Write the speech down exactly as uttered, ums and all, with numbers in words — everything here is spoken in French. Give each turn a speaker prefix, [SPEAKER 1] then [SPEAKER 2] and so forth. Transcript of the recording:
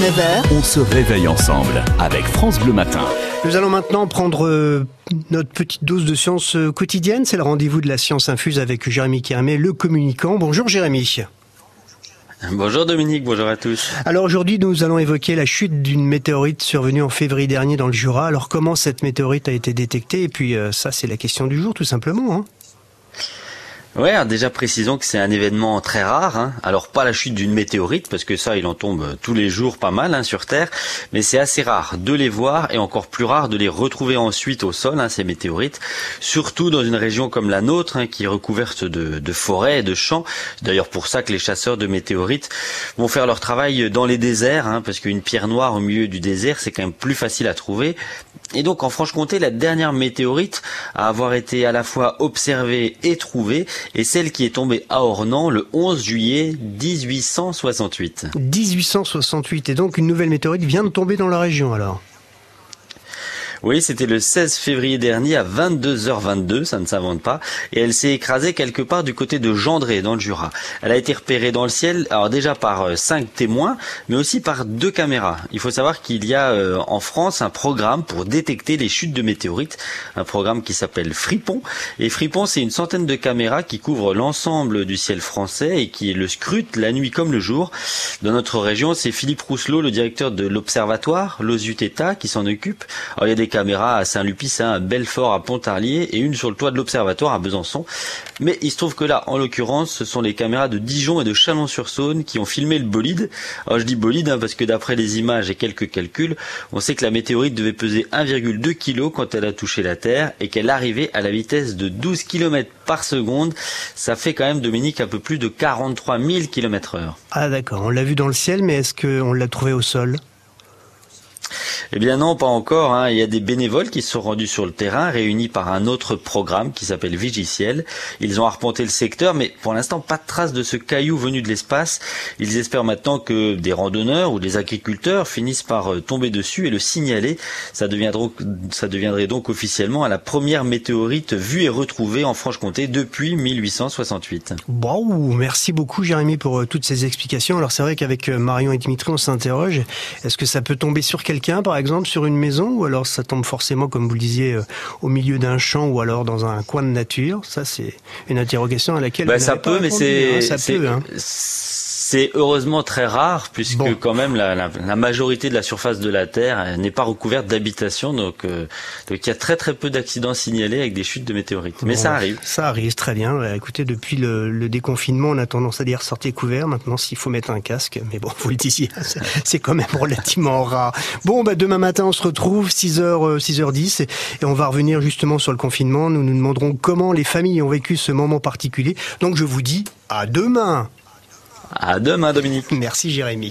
[SPEAKER 1] neuf heures.
[SPEAKER 2] On se réveille ensemble avec France Bleu Matin.
[SPEAKER 3] Nous allons maintenant prendre euh, notre petite dose de science euh, quotidienne. C'est le rendez-vous de la science infuse avec Jérémy Kermet, le communicant. Bonjour Jérémy.
[SPEAKER 4] Bonjour Dominique, bonjour à tous.
[SPEAKER 3] Alors aujourd'hui, nous allons évoquer la chute d'une météorite survenue en février dernier dans le Jura. Alors comment cette météorite a été détectée? Et puis euh, ça, c'est la question du jour tout simplement, hein.
[SPEAKER 4] Ouais, alors déjà précisons que c'est un événement très rare, hein. Alors pas la chute d'une météorite, parce que ça, il en tombe tous les jours pas mal hein, sur Terre, mais c'est assez rare de les voir et encore plus rare de les retrouver ensuite au sol, hein, ces météorites, surtout dans une région comme la nôtre, hein, qui est recouverte de, de forêts et de champs. C'est d'ailleurs pour ça que les chasseurs de météorites vont faire leur travail dans les déserts, hein, parce qu'une pierre noire au milieu du désert, c'est quand même plus facile à trouver. Et donc en Franche-Comté, la dernière météorite à avoir été à la fois observée et trouvée est celle qui est tombée à Ornans le onze juillet dix-huit cent soixante-huit.
[SPEAKER 3] dix-huit cent soixante-huit, et donc une nouvelle météorite vient de tomber dans la région alors.
[SPEAKER 4] Oui, c'était le seize février dernier à vingt-deux heures vingt-deux, ça ne s'invente pas, et elle s'est écrasée quelque part du côté de Gendré, dans le Jura. Elle a été repérée dans le ciel, alors déjà par cinq témoins, mais aussi par deux caméras. Il faut savoir qu'il y a euh, en France un programme pour détecter les chutes de météorites, un programme qui s'appelle Fripon. Et Fripon, c'est une centaine de caméras qui couvrent l'ensemble du ciel français et qui le scrutent la nuit comme le jour. Dans notre région, c'est Philippe Rousselot, le directeur de l'Observatoire, l'Ozuteta, qui s'en occupe. Alors, il y a des caméras à Saint-Lupicin, à Belfort, à Pontarlier et une sur le toit de l'Observatoire à Besançon. Mais il se trouve que là, en l'occurrence, ce sont les caméras de Dijon et de Chalon-sur-Saône qui ont filmé le bolide. Alors je dis bolide hein, parce que d'après les images et quelques calculs, on sait que la météorite devait peser un virgule deux kilos quand elle a touché la Terre et qu'elle arrivait à la vitesse de douze kilomètres par seconde. Ça fait quand même, Dominique, un peu plus de quarante-trois mille kilomètres heure.
[SPEAKER 3] Ah d'accord, on l'a vu dans le ciel, mais est-ce qu'on l'a trouvé au sol ?
[SPEAKER 4] Eh bien non, pas encore, hein. Il y a des bénévoles qui se sont rendus sur le terrain, réunis par un autre programme qui s'appelle Vigiciel. Ils ont arpenté le secteur, mais pour l'instant, pas de trace de ce caillou venu de l'espace. Ils espèrent maintenant que des randonneurs ou des agriculteurs finissent par tomber dessus et le signaler. Ça deviendra, ça deviendrait donc officiellement la première météorite vue et retrouvée en Franche-Comté depuis mille huit cent soixante-huit.
[SPEAKER 3] Wow, merci beaucoup Jérémy pour euh, toutes ces explications. Alors c'est vrai qu'avec euh, Marion et Dimitri, on s'interroge. Est-ce que ça peut tomber sur quelqu'un, par exemple, sur une maison, ou alors ça tombe forcément, comme vous le disiez, euh, au milieu d'un champ ou alors dans un coin de nature? Ça, c'est une interrogation à laquelle
[SPEAKER 4] bah,
[SPEAKER 3] vous
[SPEAKER 4] ça peut, mais c'est,
[SPEAKER 3] hein, ça
[SPEAKER 4] c'est,
[SPEAKER 3] peut, hein.
[SPEAKER 4] c'est heureusement très rare, puisque bon. quand même la, la, la majorité de la surface de la Terre n'est pas recouverte d'habitation, donc, euh, donc il y a très très peu d'accidents signalés avec des chutes de météorites. Mais bon, ça arrive.
[SPEAKER 3] Ça arrive, très bien. Ouais, écoutez, depuis le, le déconfinement, on a tendance à dire sortez couvert. Maintenant, s'il faut mettre un casque, mais bon, vous le disiez, c'est, c'est quand même relativement rare. Bon, bah demain matin, on se retrouve six heures, six heures dix, et, et on va revenir justement sur le confinement. Nous nous demanderons comment les familles ont vécu ce moment particulier. Donc je vous dis à demain.
[SPEAKER 4] À demain, Dominique.
[SPEAKER 3] Merci Jérémy.